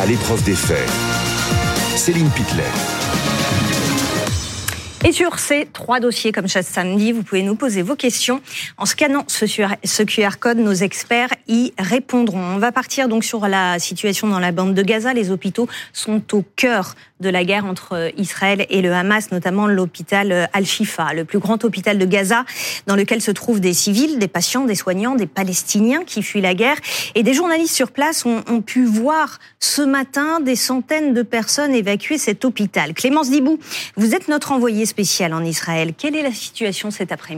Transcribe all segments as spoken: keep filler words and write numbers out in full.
l'épreuve des faits. Céline Pitlet. Et sur ces trois dossiers, comme chaque samedi, vous pouvez nous poser vos questions. En scannant ce Q R code, nos experts y répondront. On va partir donc sur la situation dans la bande de Gaza. Les hôpitaux sont au cœur de la guerre entre Israël et le Hamas, notamment l'hôpital Al-Shifa, le plus grand hôpital de Gaza, dans lequel se trouvent des civils, des patients, des soignants, des Palestiniens qui fuient la guerre. Et des journalistes sur place ont, ont pu voir ce matin des centaines de personnes évacuer cet hôpital. Clémence Dibou, vous êtes notre envoyée spéciale en Israël. Quelle est la situation cet après-midi ?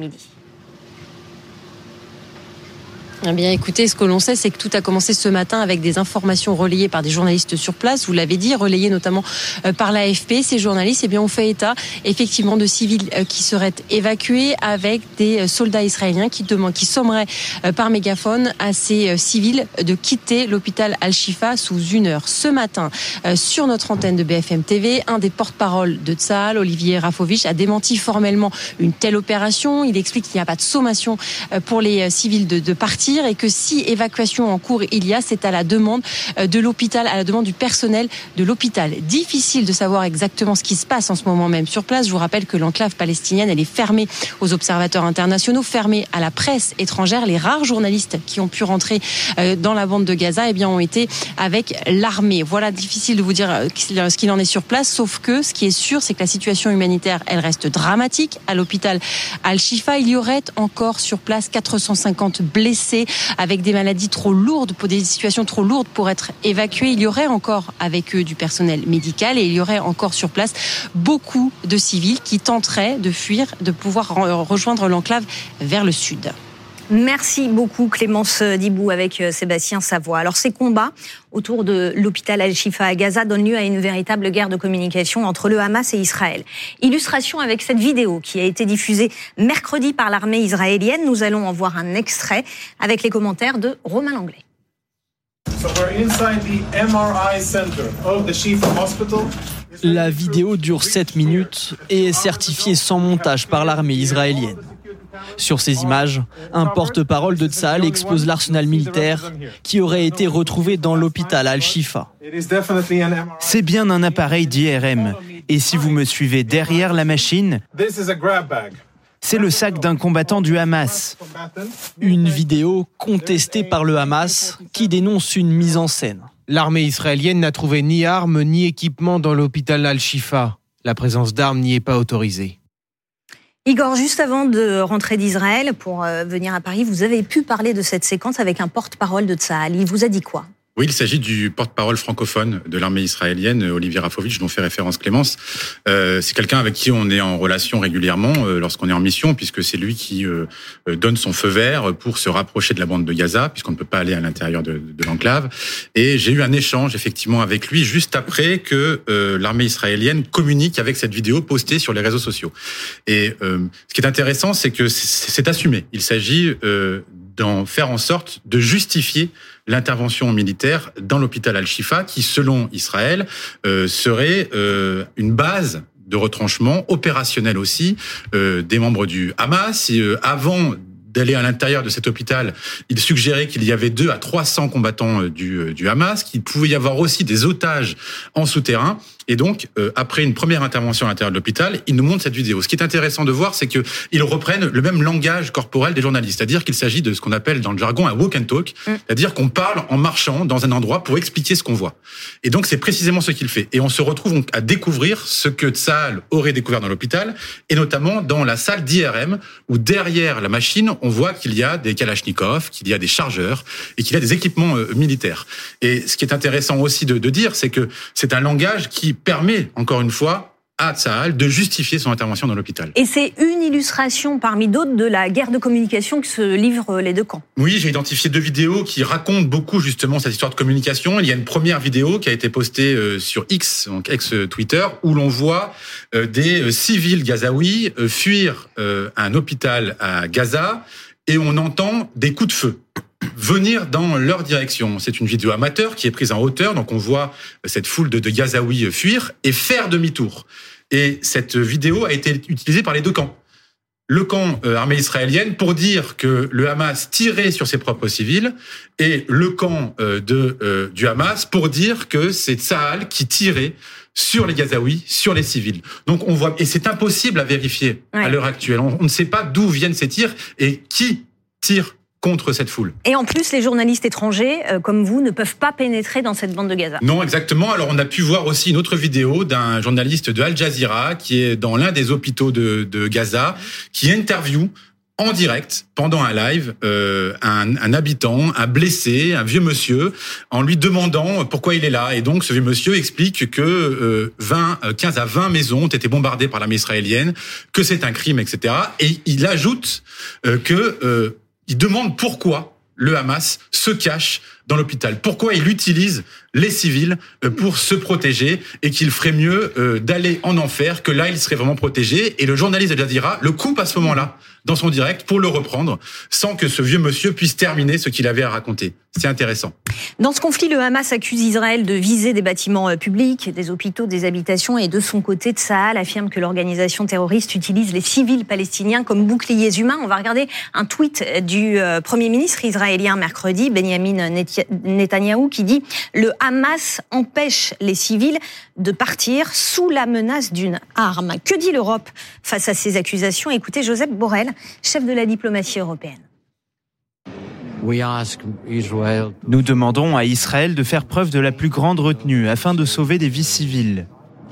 Eh bien, écoutez, ce que l'on sait, c'est que tout a commencé ce matin avec des informations relayées par des journalistes sur place. Vous l'avez dit, relayées notamment par l'A F P. Ces journalistes, eh bien, ont fait état, effectivement, de civils qui seraient évacués avec des soldats israéliens qui demandent, qui sommeraient par mégaphone à ces civils de quitter l'hôpital Al-Shifa sous une heure. Ce matin, sur notre antenne de B F M T V, un des porte-parole de Tsahal, Olivier Rafovitch, a démenti formellement une telle opération. Il explique qu'il n'y a pas de sommation pour les civils de, de partir, et que si évacuation en cours il y a, c'est à la demande de l'hôpital, à la demande du personnel de l'hôpital. Difficile de savoir exactement ce qui se passe en ce moment même sur place. Je vous rappelle que l'enclave palestinienne, elle est fermée aux observateurs internationaux, fermée à la presse étrangère. Les rares journalistes qui ont pu rentrer dans la bande de Gaza, eh bien, ont été avec l'armée. Voilà, difficile de vous dire ce qu'il en est sur place, sauf que ce qui est sûr, c'est que la situation humanitaire, elle reste dramatique. À l'hôpital Al-Shifa, il y aurait encore sur place quatre cent cinquante blessés avec des maladies trop lourdes, pour des situations trop lourdes pour être évacuées. Il y aurait encore avec eux du personnel médical et il y aurait encore sur place beaucoup de civils qui tenteraient de fuir, de pouvoir rejoindre l'enclave vers le sud. Merci beaucoup Clémence Dibou avec Sébastien Savoie. Alors ces combats autour de l'hôpital Al-Shifa à Gaza donnent lieu à une véritable guerre de communication entre le Hamas et Israël. Illustration avec cette vidéo qui a été diffusée mercredi par l'armée israélienne. Nous allons en voir un extrait avec les commentaires de Romain Langlais. La vidéo dure sept minutes et est certifiée sans montage par l'armée israélienne. Sur ces images, un porte-parole de Tsahal expose l'arsenal militaire qui aurait été retrouvé dans l'hôpital Al-Shifa. C'est bien un appareil d'I R M. Et si vous me suivez derrière la machine, c'est le sac d'un combattant du Hamas. Une vidéo contestée par le Hamas qui dénonce une mise en scène. L'armée israélienne n'a trouvé ni armes ni équipement dans l'hôpital Al-Shifa. La présence d'armes n'y est pas autorisée. Igor, juste avant de rentrer d'Israël pour euh, venir à Paris, vous avez pu parler de cette séquence avec un porte-parole de Tsahal. Il vous a dit quoi ? Oui, il s'agit du porte-parole francophone de l'armée israélienne, Olivier Rafovitch, dont fait référence Clémence. Euh, c'est quelqu'un avec qui on est en relation régulièrement euh, lorsqu'on est en mission, puisque c'est lui qui euh, donne son feu vert pour se rapprocher de la bande de Gaza, puisqu'on ne peut pas aller à l'intérieur de, de l'enclave. Et j'ai eu un échange, effectivement, avec lui, juste après que euh, l'armée israélienne communique avec cette vidéo postée sur les réseaux sociaux. Et euh, ce qui est intéressant, c'est que c'est, c'est assumé. Il s'agit euh, d'en faire en sorte de justifier l'intervention militaire dans l'hôpital Al-Shifa, qui, selon Israël, euh, serait euh, une base de retranchement opérationnel aussi euh, des membres du Hamas. Et, euh, avant d'aller à l'intérieur de cet hôpital, il suggérait qu'il y avait deux à trois cents combattants du, du Hamas, qu'il pouvait y avoir aussi des otages en souterrain. Et donc, euh, après une première intervention à l'intérieur de l'hôpital, ils nous montrent cette vidéo. Ce qui est intéressant de voir, c'est qu'ils reprennent le même langage corporel des journalistes. C'est-à-dire qu'il s'agit de ce qu'on appelle dans le jargon un walk and talk. Mm. C'est-à-dire qu'on parle en marchant dans un endroit pour expliquer ce qu'on voit. Et donc, c'est précisément ce qu'il fait. Et on se retrouve donc à découvrir ce que Tsahal aurait découvert dans l'hôpital, et notamment dans la salle d'I R M, où derrière la machine, on voit qu'il y a des kalachnikovs, qu'il y a des chargeurs, et qu'il y a des équipements euh, militaires. Et ce qui est intéressant aussi de, de dire, c'est que c'est un langage qui permet, encore une fois, à Tsahal de justifier son intervention dans l'hôpital. Et c'est une illustration parmi d'autres de la guerre de communication que se livrent les deux camps. Oui, j'ai identifié deux vidéos qui racontent beaucoup justement cette histoire de communication. Il y a une première vidéo qui a été postée sur X, donc ex-Twitter, où l'on voit des civils gazaouis fuir un hôpital à Gaza et on entend des coups de feu venir dans leur direction. C'est une vidéo amateur qui est prise en hauteur, donc on voit cette foule de, de Gazaouis fuir et faire demi-tour. Et cette vidéo a été utilisée par les deux camps. le camp euh, armée israélienne pour dire que le Hamas tirait sur ses propres civils et le camp euh, de, euh, du Hamas pour dire que c'est Tsahal qui tirait sur les Gazaouis, sur les civils. Donc on voit, et c'est impossible à vérifier ouais. à l'heure actuelle. On, on ne sait pas d'où viennent ces tirs et qui tire contre cette foule. Et en plus, les journalistes étrangers, euh, comme vous, ne peuvent pas pénétrer dans cette bande de Gaza. Non, exactement. Alors, on a pu voir aussi une autre vidéo d'un journaliste de Al Jazeera qui est dans l'un des hôpitaux de, de Gaza, qui interviewe en direct, pendant un live, euh, un, un habitant, un blessé, un vieux monsieur, en lui demandant pourquoi il est là. Et donc, ce vieux monsieur explique que euh, vingt, quinze à vingt maisons ont été bombardées par l'armée israélienne, que c'est un crime, et cetera. Et il ajoute euh, que euh, il demande pourquoi le Hamas se cache dans l'hôpital. Pourquoi il utilise les civils pour se protéger et qu'il ferait mieux d'aller en enfer, que là, il serait vraiment protégé. Et le journaliste de Al Jazeera le coupe à ce moment-là, dans son direct, pour le reprendre, sans que ce vieux monsieur puisse terminer ce qu'il avait à raconter. C'est intéressant. Dans ce conflit, le Hamas accuse Israël de viser des bâtiments publics, des hôpitaux, des habitations, et de son côté, Tsahal affirme que l'organisation terroriste utilise les civils palestiniens comme boucliers humains. On va regarder un tweet du Premier ministre israélien mercredi, Benjamin Netanyahou, qui dit « Le Hamas empêche les civils de partir sous la menace d'une arme ». Que dit l'Europe face à ces accusations ? Écoutez Joseph Borrell, chef de la diplomatie européenne. Nous demandons à Israël de faire preuve de la plus grande retenue afin de sauver des vies civiles.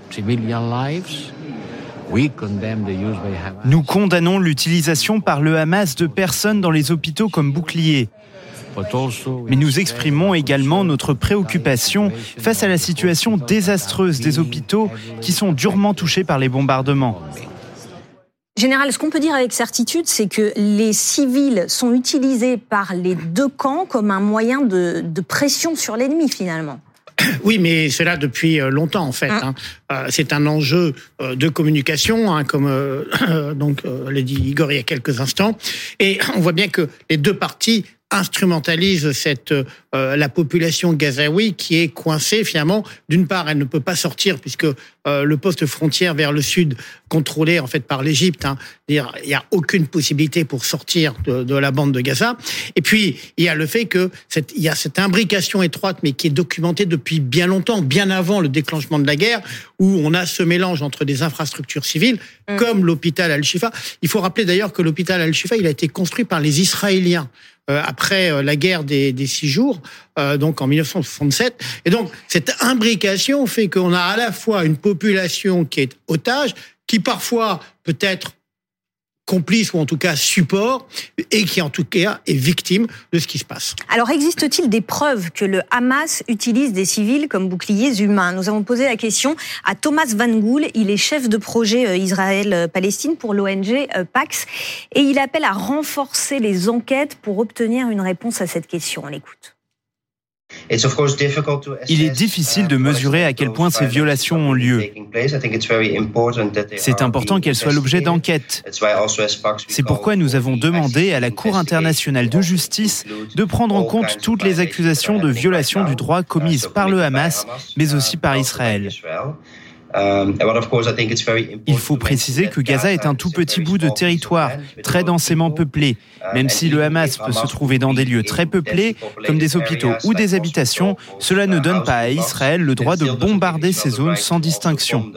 Nous condamnons l'utilisation par le Hamas de personnes dans les hôpitaux comme boucliers. Mais nous exprimons également notre préoccupation face à la situation désastreuse des hôpitaux qui sont durement touchés par les bombardements. Général, ce qu'on peut dire avec certitude, c'est que les civils sont utilisés par les deux camps comme un moyen de, de pression sur l'ennemi, finalement. Oui, mais c'est là depuis longtemps, en fait. Hein. Hein. C'est un enjeu de communication, hein, comme euh, donc euh, l'a dit Igor il y a quelques instants. Et on voit bien que les deux parties instrumentalise cette euh, la population gazaoui qui est coincée finalement. D'une part, elle ne peut pas sortir puisque euh, le poste frontière vers le sud contrôlé en fait par l'Égypte, hein, il y a aucune possibilité pour sortir de, de la bande de Gaza. Et puis il y a le fait que cette, il y a cette imbrication étroite, mais qui est documentée depuis bien longtemps, bien avant le déclenchement de la guerre, où on a ce mélange entre des infrastructures civiles mmh. comme l'hôpital Al-Shifa. Il faut rappeler d'ailleurs que l'hôpital Al-Shifa, il a été construit par les Israéliens. Euh, après euh, la guerre des, des six jours, euh, donc en dix-neuf cent soixante-sept. Et donc, cette imbrication fait qu'on a à la fois une population qui est otage, qui parfois peut être complice ou en tout cas support, et qui en tout cas est victime de ce qui se passe. Alors, existe-t-il des preuves que le Hamas utilise des civils comme boucliers humains ? Nous avons posé la question à Thomas Van Gool, il est chef de projet Israël-Palestine pour l'O N G Pax, et il appelle à renforcer les enquêtes pour obtenir une réponse à cette question. On l'écoute. Il est difficile de mesurer à quel point ces violations ont lieu. C'est important qu'elles soient l'objet d'enquêtes. C'est pourquoi nous avons demandé à la Cour internationale de justice de prendre en compte toutes les accusations de violation du droit commises par le Hamas, mais aussi par Israël. Il faut préciser que Gaza est un tout petit bout de territoire, très densément peuplé. Même si le Hamas peut se trouver dans des lieux très peuplés, comme des hôpitaux ou des habitations, cela ne donne pas à Israël le droit de bombarder ces zones sans distinction.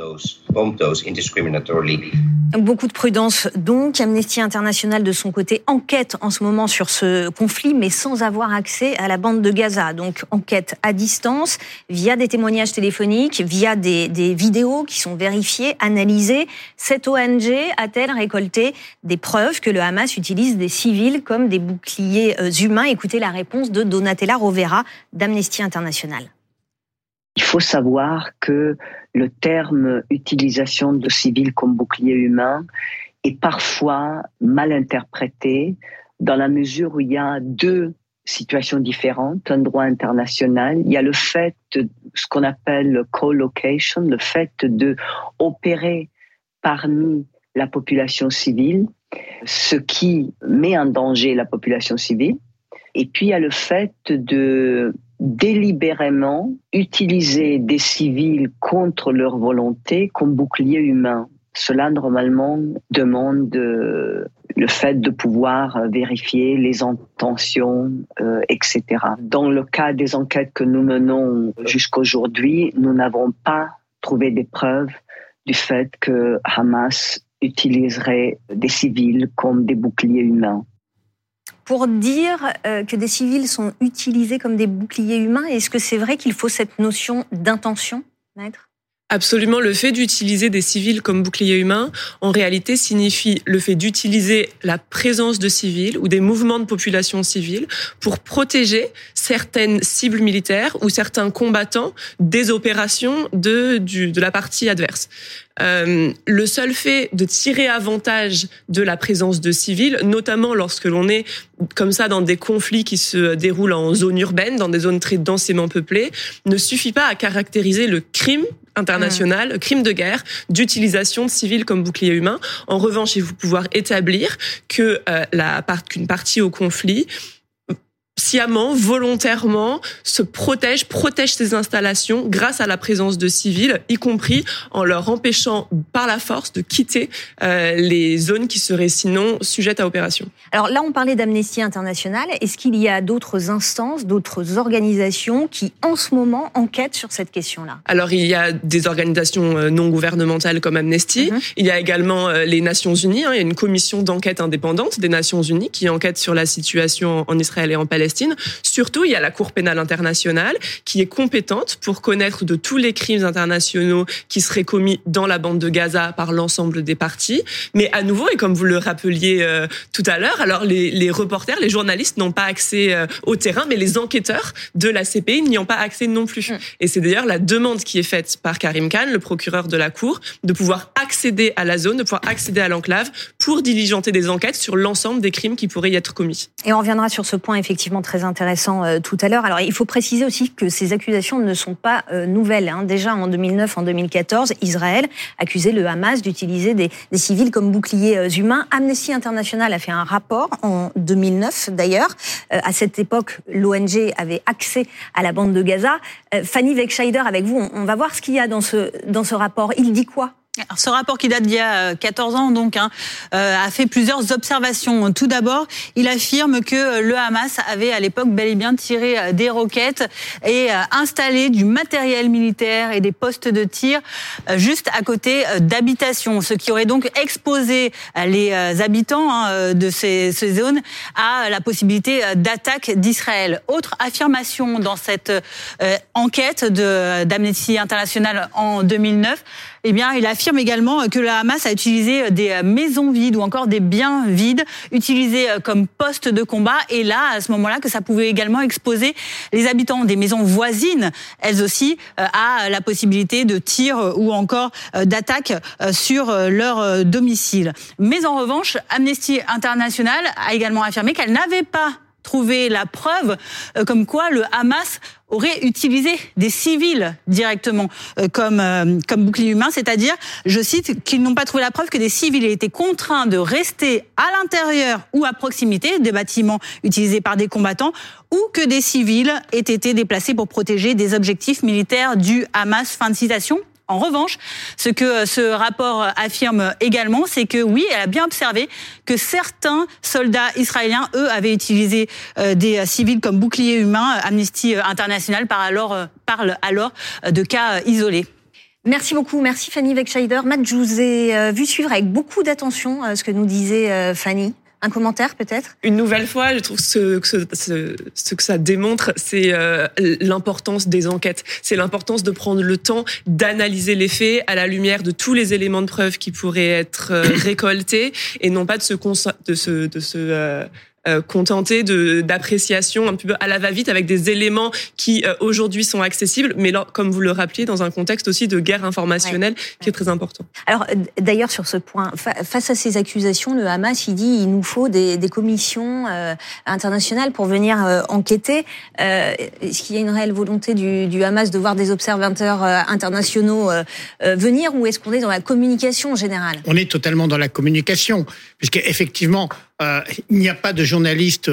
Beaucoup de prudence donc. Amnesty International, de son côté, enquête en ce moment sur ce conflit, mais sans avoir accès à la bande de Gaza. Donc, enquête à distance, via des témoignages téléphoniques, via des, des vidéos qui sont vérifiées, analysées. Cette O N G a-t-elle récolté des preuves que le Hamas utilise des civils comme des boucliers humains ? Écoutez la réponse de Donatella Rovera d'Amnesty International. Il faut savoir que le terme utilisation de civils comme bouclier humain est parfois mal interprété dans la mesure où il y a deux situations différentes, un droit international. Il y a le fait de ce qu'on appelle le co-location, le fait de opérer parmi la population civile, ce qui met en danger la population civile. Et puis il y a le fait de délibérément utiliser des civils contre leur volonté comme bouclier humain. Cela, normalement, demande euh, le fait de pouvoir vérifier les intentions, euh, et cetera. Dans le cas des enquêtes que nous menons jusqu'aujourd'hui, nous n'avons pas trouvé des preuves du fait que Hamas utiliserait des civils comme des boucliers humains. Pour dire euh, que des civils sont utilisés comme des boucliers humains, est-ce que c'est vrai qu'il faut cette notion d'intention, maître ? Absolument, le fait d'utiliser des civils comme boucliers humains, en réalité, signifie le fait d'utiliser la présence de civils ou des mouvements de population civile pour protéger certaines cibles militaires ou certains combattants des opérations de, du, de la partie adverse. Euh, le seul fait de tirer avantage de la présence de civils, notamment lorsque l'on est comme ça dans des conflits qui se déroulent en zone urbaine, dans des zones très densément peuplées, ne suffit pas à caractériser le crime international, mmh. crime de guerre, d'utilisation de civils comme boucliers humains. En revanche, il faut pouvoir établir que euh, la part, qu'une partie au conflit sciemment, volontairement, se protège, protège ses installations grâce à la présence de civils, y compris en leur empêchant par la force de quitter euh, les zones qui seraient sinon sujettes à opération. Alors là, on parlait d'Amnesty International. Est-ce qu'il y a d'autres instances, d'autres organisations qui, en ce moment, enquêtent sur cette question-là ? Alors, il y a des organisations non gouvernementales comme Amnesty. Mm-hmm. Il y a également les Nations Unies. Hein. Il y a une commission d'enquête indépendante des Nations Unies qui enquête sur la situation en Israël et en Palestine. Surtout, il y a la Cour pénale internationale qui est compétente pour connaître de tous les crimes internationaux qui seraient commis dans la bande de Gaza par l'ensemble des parties. Mais à nouveau, et comme vous le rappeliez euh, tout à l'heure, alors les, les reporters, les journalistes n'ont pas accès euh, au terrain, mais les enquêteurs de la C P I n'y ont pas accès non plus. Mmh. Et c'est d'ailleurs la demande qui est faite par Karim Khan, le procureur de la Cour, de pouvoir accéder à la zone, de pouvoir accéder à l'enclave pour diligenter des enquêtes sur l'ensemble des crimes qui pourraient y être commis. Et on reviendra sur ce point effectivement très intéressant euh, tout à l'heure. Alors il faut préciser aussi que ces accusations ne sont pas euh, nouvelles. Hein. Déjà en deux mille neuf, en deux mille quatorze, Israël accusait le Hamas d'utiliser des, des civils comme boucliers euh, humains. Amnesty International a fait un rapport en deux mille neuf d'ailleurs. Euh, à cette époque, l'O N G avait accès à la bande de Gaza. Euh, Fanny Wegscheider, avec vous, on, on va voir ce qu'il y a dans ce, dans ce rapport. Il dit quoi ? Alors, ce rapport qui date d'il y a quatorze ans, donc, hein, euh, a fait plusieurs observations. Tout d'abord, il affirme que le Hamas avait à l'époque bel et bien tiré des roquettes et euh, installé du matériel militaire et des postes de tir euh, juste à côté euh, d'habitations, ce qui aurait donc exposé euh, les euh, habitants hein, de ces, ces zones à la possibilité euh, d'attaque d'Israël. Autre affirmation dans cette euh, enquête de, d'Amnesty International en deux mille neuf, eh bien, il affirme également que le Hamas a utilisé des maisons vides ou encore des biens vides utilisés comme postes de combat. Et là, à ce moment-là, que ça pouvait également exposer les habitants des maisons voisines, elles aussi, à la possibilité de tir ou encore d'attaque sur leur domicile. Mais en revanche, Amnesty International a également affirmé qu'elle n'avait pas trouvé la preuve euh, comme quoi le Hamas aurait utilisé des civils directement euh, comme euh, comme bouclier humain, c'est-à-dire, je cite, qu'ils n'ont pas trouvé la preuve que des civils aient été contraints de rester à l'intérieur ou à proximité des bâtiments utilisés par des combattants ou que des civils aient été déplacés pour protéger des objectifs militaires du Hamas. Fin de citation. En revanche, ce que ce rapport affirme également, c'est que oui, elle a bien observé que certains soldats israéliens, eux, avaient utilisé euh, des civils comme boucliers humains. Amnesty International parle alors, euh, parle alors de cas isolés. Merci beaucoup, merci Fanny Wegscheider. Matt, je vous ai euh, vu suivre avec beaucoup d'attention euh, ce que nous disait euh, Fanny. Un commentaire peut-être ? Une nouvelle fois, je trouve que ce, que ce, ce, ce que ça démontre, c'est euh, l'importance des enquêtes. C'est l'importance de prendre le temps d'analyser les faits à la lumière de tous les éléments de preuve qui pourraient être euh, récoltés et non pas de se consa- de se de se euh, Euh, contenter de d'appréciation un petit peu à la va-vite avec des éléments qui euh, aujourd'hui sont accessibles, mais là, comme vous le rappeliez, dans un contexte aussi de guerre informationnelle ouais. qui est très important. Alors d'ailleurs sur ce point, fa- face à ces accusations, le Hamas il dit il nous faut des, des commissions euh, internationales pour venir euh, enquêter. Euh, est-ce qu'il y a une réelle volonté du, du Hamas de voir des observateurs euh, internationaux euh, euh, venir, ou est-ce qu'on est dans la communication générale ? On est totalement dans la communication, puisque effectivement. Euh, il n'y a pas de journalistes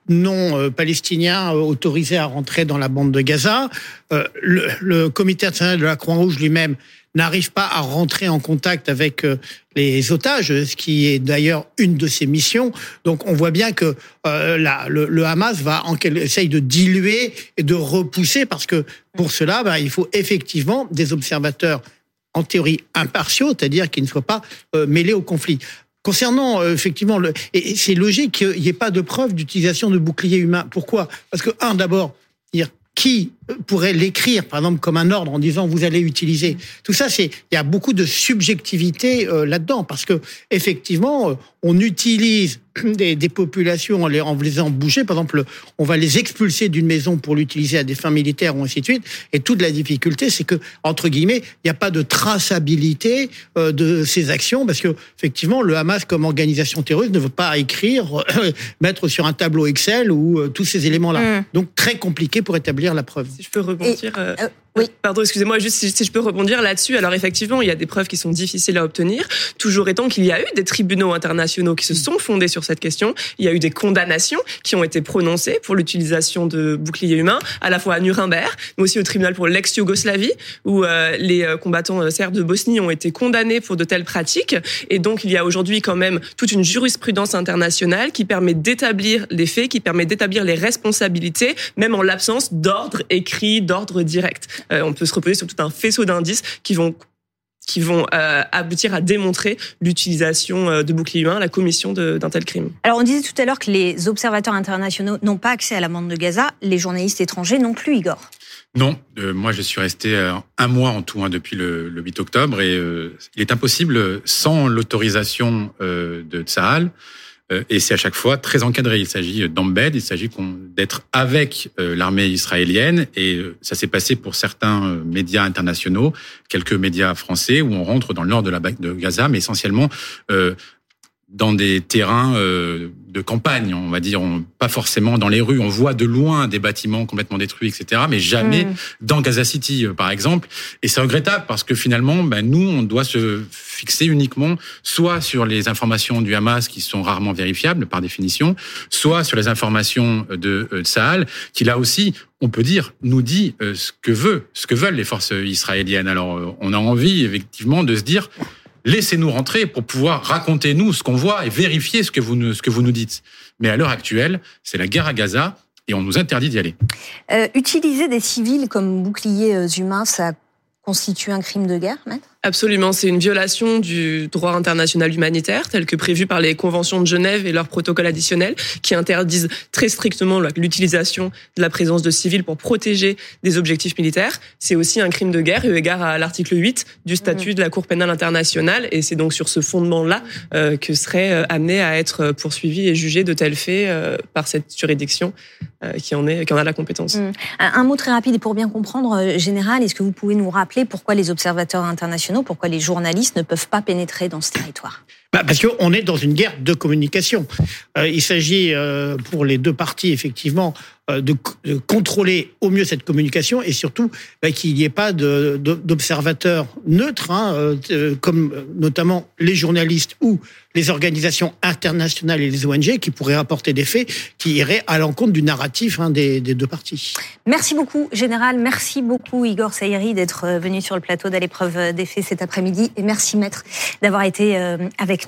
non palestiniens autorisés à rentrer dans la bande de Gaza. Euh, le, le comité international de la Croix-Rouge lui-même n'arrive pas à rentrer en contact avec euh, les otages, ce qui est d'ailleurs une de ses missions. Donc on voit bien que euh, la, le, le Hamas va en quel, essaye de diluer et de repousser, parce que pour cela, ben, il faut effectivement des observateurs en théorie impartiaux, c'est-à-dire qui ne soient pas euh, mêlés au conflit. Concernant euh, effectivement, le, et c'est logique qu'il n'y ait pas de preuve d'utilisation de boucliers humains. Pourquoi ? Parce que, un, d'abord, dire qui pourrait l'écrire, par exemple, comme un ordre en disant vous allez utiliser. Tout ça, c'est, il y a beaucoup de subjectivité euh, là-dedans, parce que effectivement, euh, on utilise des, des populations en les, en les faisant bouger. Par exemple, on va les expulser d'une maison pour l'utiliser à des fins militaires ou ainsi de suite. Et toute la difficulté, c'est que, entre guillemets, il n'y a pas de traçabilité euh, de ces actions, parce que effectivement, le Hamas, comme organisation terroriste, ne veut pas écrire, euh, mettre sur un tableau Excel ou euh, tous ces éléments-là. Mmh. Donc très compliqué pour établir la preuve. Si je peux rebondir. Et, euh, euh, oui. Pardon, excusez-moi, juste si, si je peux rebondir là-dessus. Alors effectivement, il y a des preuves qui sont difficiles à obtenir. Toujours étant qu'il y a eu des tribunaux internationaux qui se sont fondés sur cette question. Il y a eu des condamnations qui ont été prononcées pour l'utilisation de boucliers humains, à la fois à Nuremberg, mais aussi au tribunal pour l'ex-Yougoslavie, où euh, les combattants serbes de Bosnie ont été condamnés pour de telles pratiques. Et donc, il y a aujourd'hui quand même toute une jurisprudence internationale qui permet d'établir les faits, qui permet d'établir les responsabilités, même en l'absence d'ordre écrit, d'ordre direct. Euh, on peut se reposer sur tout un faisceau d'indices qui vont qui vont euh, aboutir à démontrer l'utilisation euh, de boucliers humains, la commission de, d'un tel crime. Alors on disait tout à l'heure que les observateurs internationaux n'ont pas accès à la bande de Gaza, les journalistes étrangers non plus, Igor. Non, euh, moi je suis resté euh, un mois en tout hein, depuis le, le huit octobre et euh, il est impossible sans l'autorisation euh, de Tsahal. Et c'est à chaque fois très encadré. Il s'agit d'embed, il s'agit d'être avec l'armée israélienne. Et ça s'est passé pour certains médias internationaux, quelques médias français, où on rentre dans le nord de la de Gaza, mais essentiellement euh, dans des terrains euh, de campagne, on va dire, on, pas forcément dans les rues. On voit de loin des bâtiments complètement détruits, et cetera, mais jamais mmh. dans Gaza City, par exemple. Et c'est regrettable parce que finalement, ben, nous, on doit se fixer uniquement soit sur les informations du Hamas qui sont rarement vérifiables par définition, soit sur les informations de euh, Tsahal, qui là aussi, on peut dire, nous dit euh, ce que veut, ce que veulent les forces israéliennes. Alors, euh, on a envie effectivement de se dire, laissez-nous rentrer pour pouvoir raconter nous ce qu'on voit et vérifier ce que vous nous, ce que vous nous dites. Mais à l'heure actuelle, c'est la guerre à Gaza et on nous interdit d'y aller. Euh, utiliser des civils comme boucliers humains, ça constitue un crime de guerre, maître ? Absolument, c'est une violation du droit international humanitaire tel que prévu par les conventions de Genève et leurs protocoles additionnels qui interdisent très strictement l'utilisation de la présence de civils pour protéger des objectifs militaires. C'est aussi un crime de guerre eu égard à l'article huit du statut de la Cour pénale internationale et c'est donc sur ce fondement-là euh, que serait amené à être poursuivi et jugé de tels faits euh, par cette juridiction euh, qui en est qui en a la compétence. Mmh. Un, un mot très rapide et pour bien comprendre, euh, Général, est-ce que vous pouvez nous rappeler pourquoi les observateurs internationaux, pourquoi les journalistes ne peuvent pas pénétrer dans ce territoire ? Bah parce qu'on est dans une guerre de communication. Euh, il s'agit euh, pour les deux parties, effectivement, euh, de, de contrôler au mieux cette communication et surtout bah, qu'il n'y ait pas de, de, d'observateurs neutres, hein, euh, comme notamment les journalistes ou les organisations internationales et les O N G qui pourraient rapporter des faits qui iraient à l'encontre du narratif hein, des, des deux parties. Merci beaucoup, Général. Merci beaucoup, Igor Sayeri, d'être venu sur le plateau d'À l'épreuve des faits cet après-midi. Et merci, Maître, d'avoir été avec nous.